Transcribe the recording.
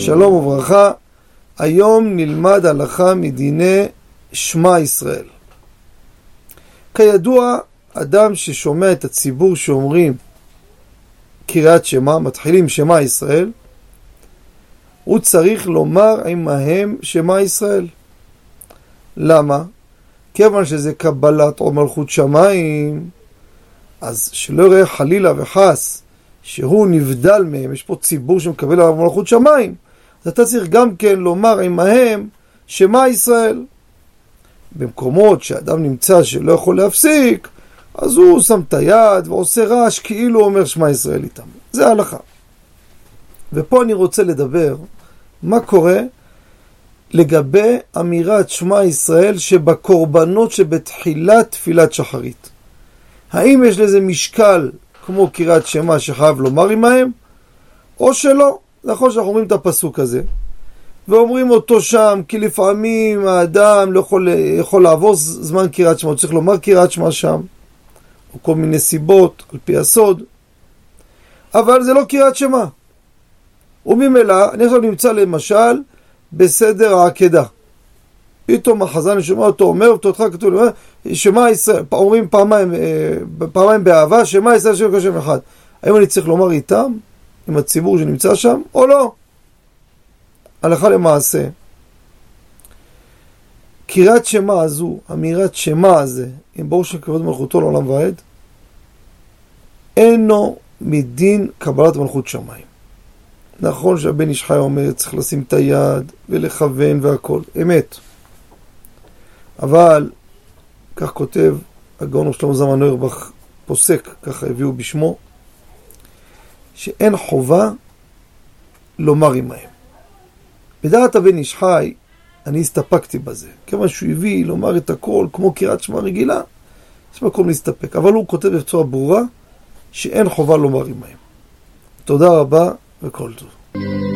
שלום וברכה. היום נלמד הלכה מדיני שמע ישראל. כידוע, אדם ששומע את הציבור שאומרים קריאת שמע, מתחילים שמע ישראל, הוא צריך לומר עמהם שמע ישראל. למה? כיוון שזה קבלת או מלכות שמיים, אז שלא יראה חלילה וחס שהוא נבדל מהם, יש פה ציבור שמקבל עליו מלכות שמיים, אז אתה צריך גם כן לומר עמהם שמע ישראל. במקומות שאדם נמצא שלא יכול להפסיק, אז הוא שם את היד ועושה רעש כאילו הוא אומר שמע ישראל איתם. זה ההלכה. ופה אני רוצה לדבר מה קורה לגבי אמירת שמע ישראל שבקורבנות שבתחילת תפילת שחרית. האם יש לזה משקל כמו קריאת שמע שחייב לומר עמהם, או שלא? נכון שאנחנו אומרים את הפסוק הזה, ואומרים אותו שם, כי לפעמים האדם לא יכול לעבור זמן קריאת שמע, הוא צריך לומר קריאת שמע שם, או כל מיני סיבות, על פי הסוד, אבל זה לא קריאת שמע. וממילא, אני עכשיו נמצא למשל בסדר העקדה. פתאום החזן שומע אותו אומר, ותותך כתוב, שמע ישראל, אומרים פעמיים באהבה, שמע ישראל שם כשם אחד. האם אני צריך לומר איתם, עם הציבור שנמצא שם, או לא? הלכה למעשה, קריאת שמע הזו, אמירת שמע הזה, אם ברור שכבוד מלכותו לעולם ועד, אינו מדין קבלת מלכות שמיים. נכון שהבן איש חי אומר, צריך לשים את היד ולכוון והכל, אמת. אבל, כך כותב הגאון שלמה זלמן אוירבך, פוסק, ככה הביאו בשמו, שאין חובה לומר עמהם. בדעת הבן איש חי, אני הסתפקתי בזה. כיוון שהוא הביא לומר את הכל כמו קריאת שמע רגילה, יש מקום להסתפק. אבל הוא כותב בצורה ברורה שאין חובה לומר עמהם. תודה רבה וכל טוב.